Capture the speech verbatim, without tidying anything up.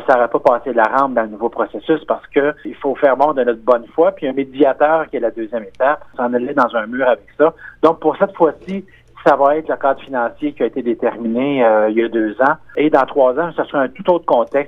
ça n'aurait pas passé la rampe dans le nouveau processus parce que il faut faire montre de notre bonne foi. Puis un médiateur, qui est la deuxième étape, s'en aller dans un mur avec ça. Donc, pour cette fois-ci, ça va être le cadre financier qui a été déterminé euh, il y a deux ans. Et dans trois ans, ce sera un tout autre contexte.